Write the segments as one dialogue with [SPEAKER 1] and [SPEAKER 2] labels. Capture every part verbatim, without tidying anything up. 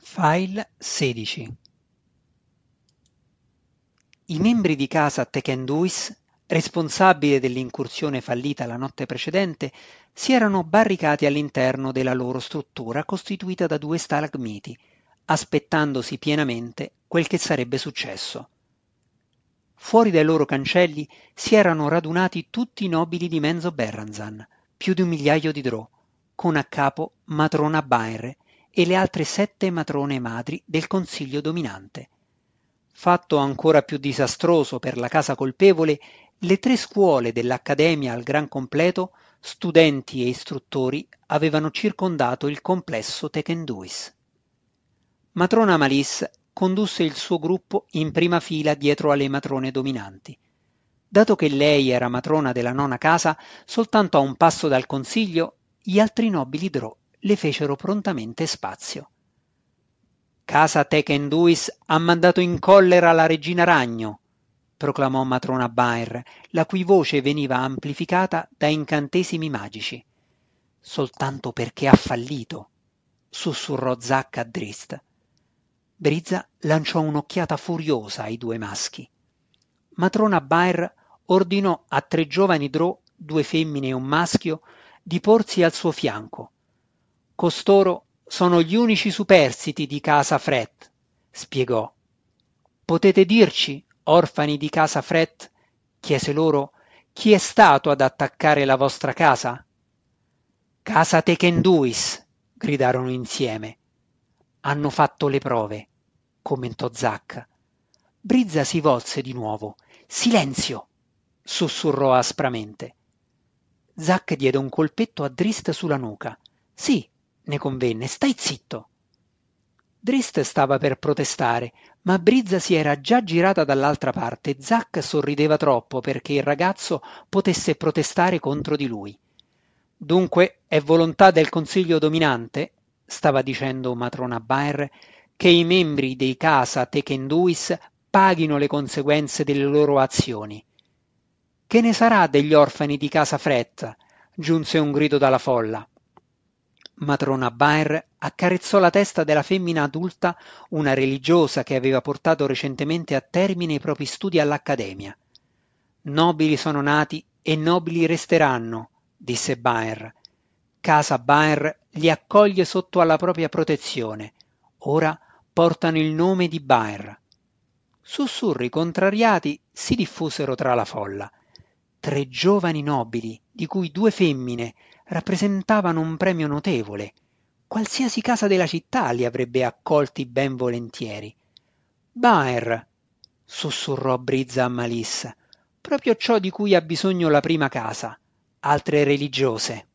[SPEAKER 1] File sedici. I membri di casa Tekenduis, responsabili dell'incursione fallita la notte precedente, si erano barricati all'interno della loro struttura costituita da due stalagmiti, aspettandosi pienamente quel che sarebbe successo. Fuori dai loro cancelli si erano radunati tutti i nobili di Menzoberranzan, più di un migliaio di drò, con a capo matrona Baer e le altre sette matrone madri del consiglio dominante. Fatto ancora più disastroso per la casa colpevole, le tre scuole dell'Accademia al gran completo, studenti e istruttori, avevano circondato il complesso Tekenduis. Matrona Malice condusse il suo gruppo in prima fila dietro alle matrone dominanti. Dato che lei era matrona della nona casa, soltanto a un passo dal consiglio, gli altri nobili drò le fecero prontamente spazio. Casa Tekenduis ha mandato in collera la regina Ragno, proclamò matrona Baer, la cui voce veniva amplificata da incantesimi magici. Soltanto perché ha fallito, sussurrò Zack a Drist. Brizza lanciò un'occhiata furiosa ai due maschi. Matrona Baer ordinò a tre giovani drò, due femmine e un maschio, di porsi al suo fianco. Costoro sono gli unici superstiti di casa Fret, spiegò. Potete dirci, orfani di casa Fret, chiese loro, chi è stato ad attaccare la vostra casa? Casa Tekenduis, gridarono insieme. Hanno fatto le prove, commentò Zack. Brizza si volse di nuovo. Silenzio, sussurrò aspramente. Zack diede un colpetto a Drist sulla nuca. Sì, ne convenne, stai zitto. Drist stava per protestare, ma Brizza si era già girata dall'altra parte e Zack sorrideva troppo perché il ragazzo potesse protestare contro di lui. Dunque è volontà del consiglio dominante, stava dicendo matrona Baer, che i membri dei casa Tekenduis paghino le conseguenze delle loro azioni. Che ne sarà degli orfani di casa Fret? Giunse un grido dalla folla. Matrona Baer accarezzò la testa della femmina adulta, una religiosa che aveva portato recentemente a termine i propri studi all'Accademia. Nobili sono nati e nobili resteranno, disse Baer. Casa Baer li accoglie sotto alla propria protezione. Ora portano il nome di Baer. Sussurri contrariati si diffusero tra la folla. Tre giovani nobili, di cui due femmine, rappresentavano un premio notevole. Qualsiasi casa della città li avrebbe accolti ben volentieri. Baer, sussurrò Brizza a Malice, proprio ciò di cui ha bisogno la prima casa, altre religiose.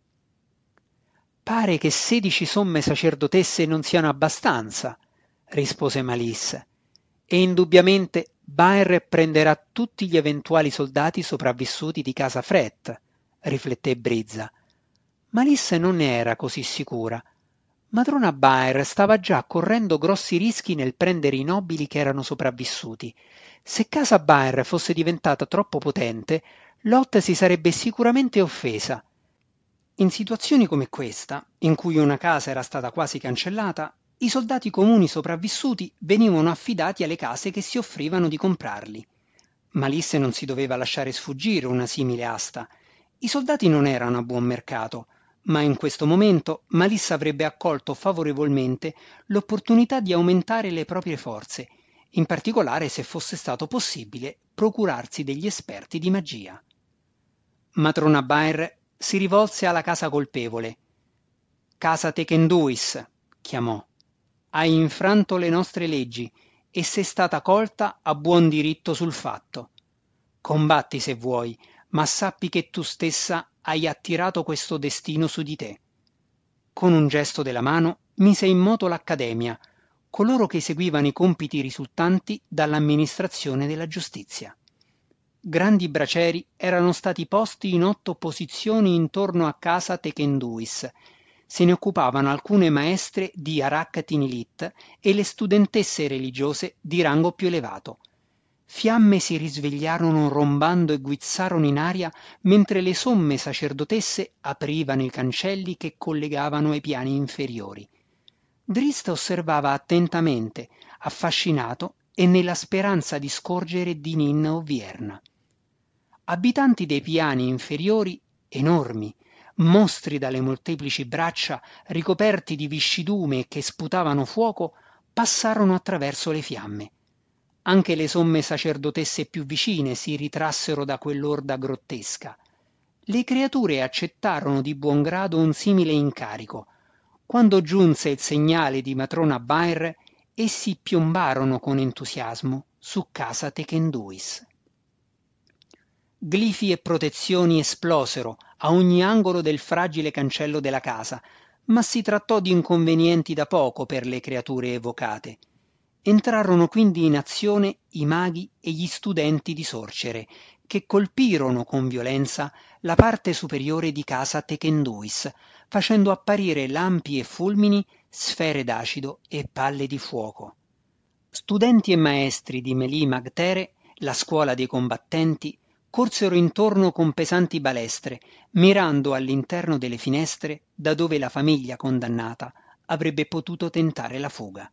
[SPEAKER 1] Pare che sedici somme sacerdotesse non siano abbastanza, rispose Malice, e indubbiamente Baer prenderà tutti gli eventuali soldati sopravvissuti di casa Fret, rifletté Brizza. Malice non ne era così sicura. Matrona Baer stava già correndo grossi rischi nel prendere i nobili che erano sopravvissuti. Se casa Baer fosse diventata troppo potente, Lot si sarebbe sicuramente offesa. In situazioni come questa, in cui una casa era stata quasi cancellata, i soldati comuni sopravvissuti venivano affidati alle case che si offrivano di comprarli. Malice non si doveva lasciare sfuggire una simile asta. I soldati non erano a buon mercato, ma in questo momento Malice avrebbe accolto favorevolmente l'opportunità di aumentare le proprie forze, in particolare se fosse stato possibile procurarsi degli esperti di magia. Matrona Baer si rivolse alla casa colpevole. Casa Tekenduis, chiamò. Hai infranto le nostre leggi e sei stata colta a buon diritto sul fatto. Combatti se vuoi, ma sappi che tu stessa hai attirato questo destino su di te. Con un gesto della mano mise in moto l'Accademia, coloro che eseguivano i compiti risultanti dall'amministrazione della giustizia. Grandi bracieri erano stati posti in otto posizioni intorno a casa Tekenduis. Se ne occupavano alcune maestre di Arak Tinilit e le studentesse religiose di rango più elevato. Fiamme si risvegliarono rombando e guizzarono in aria mentre le somme sacerdotesse aprivano i cancelli che collegavano ai piani inferiori. Drist osservava attentamente, affascinato e nella speranza di scorgere Dinin o Vierna. Abitanti dei piani inferiori, enormi, mostri dalle molteplici braccia, ricoperti di viscidume che sputavano fuoco, passarono attraverso le fiamme. Anche le somme sacerdotesse più vicine si ritrassero da quell'orda grottesca. Le creature accettarono di buon grado un simile incarico. Quando giunse il segnale di matrona Baer, essi piombarono con entusiasmo su casa Tekenduis. Glifi e protezioni esplosero a ogni angolo del fragile cancello della casa, ma si trattò di inconvenienti da poco per le creature evocate. Entrarono quindi in azione i maghi e gli studenti di sorcere, che colpirono con violenza la parte superiore di casa Tekenduis, facendo apparire lampi e fulmini, sfere d'acido e palle di fuoco. Studenti e maestri di Meli Magtere, la scuola dei combattenti, corsero intorno con pesanti balestre, mirando all'interno delle finestre da dove la famiglia condannata avrebbe potuto tentare la fuga.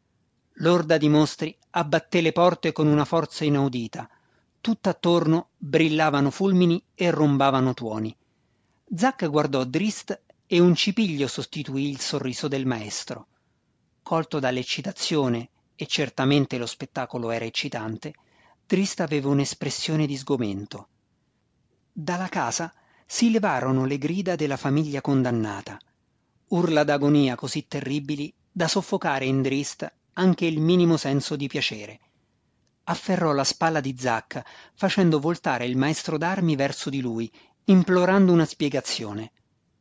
[SPEAKER 1] L'orda di mostri abbatté le porte con una forza inaudita. Tutt'attorno brillavano fulmini e rombavano tuoni. Zack guardò Drist e un cipiglio sostituì il sorriso del maestro. Colto dall'eccitazione, e certamente lo spettacolo era eccitante, Drist aveva un'espressione di sgomento. Dalla casa si levarono le grida della famiglia condannata, urla d'agonia così terribili da soffocare in Drist anche il minimo senso di piacere. Afferrò la spalla di Zack, facendo voltare il maestro d'armi verso di lui, implorando una spiegazione.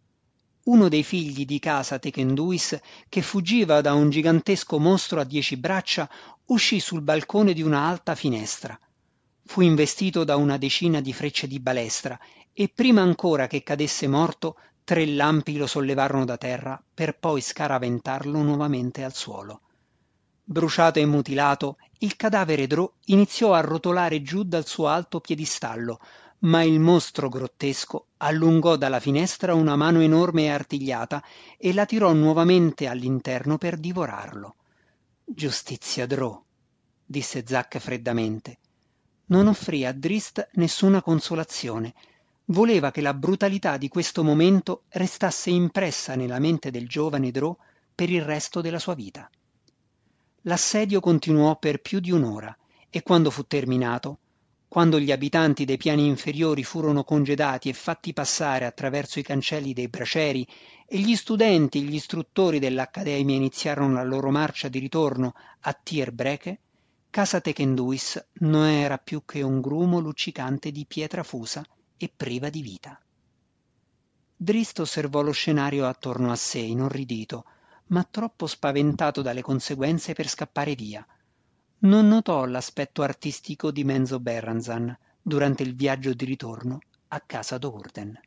[SPEAKER 1] Uno dei figli di casa Tekenduis, che fuggiva da un gigantesco mostro a dieci braccia, uscì sul balcone di una alta finestra. Fu investito da una decina di frecce di balestra e prima ancora che cadesse morto, tre lampi lo sollevarono da terra per poi scaraventarlo nuovamente al suolo. Bruciato e mutilato, il cadavere Drò iniziò a rotolare giù dal suo alto piedistallo, ma il mostro grottesco allungò dalla finestra una mano enorme e artigliata e la tirò nuovamente all'interno per divorarlo. «Giustizia, Drò», disse Zack freddamente. Non offrì a Drist nessuna consolazione. Voleva che la brutalità di questo momento restasse impressa nella mente del giovane Drò per il resto della sua vita. L'assedio continuò per più di un'ora e quando fu terminato, quando gli abitanti dei piani inferiori furono congedati e fatti passare attraverso i cancelli dei bracieri e gli studenti e gli istruttori dell'Accademia iniziarono la loro marcia di ritorno a Tier Breke, casa Tekenduis non era più che un grumo luccicante di pietra fusa e priva di vita. Drist osservò lo scenario attorno a sé, inorridito, ma troppo spaventato dalle conseguenze per scappare via. Non notò l'aspetto artistico di Menzo Berranzan durante il viaggio di ritorno a casa d'Orden.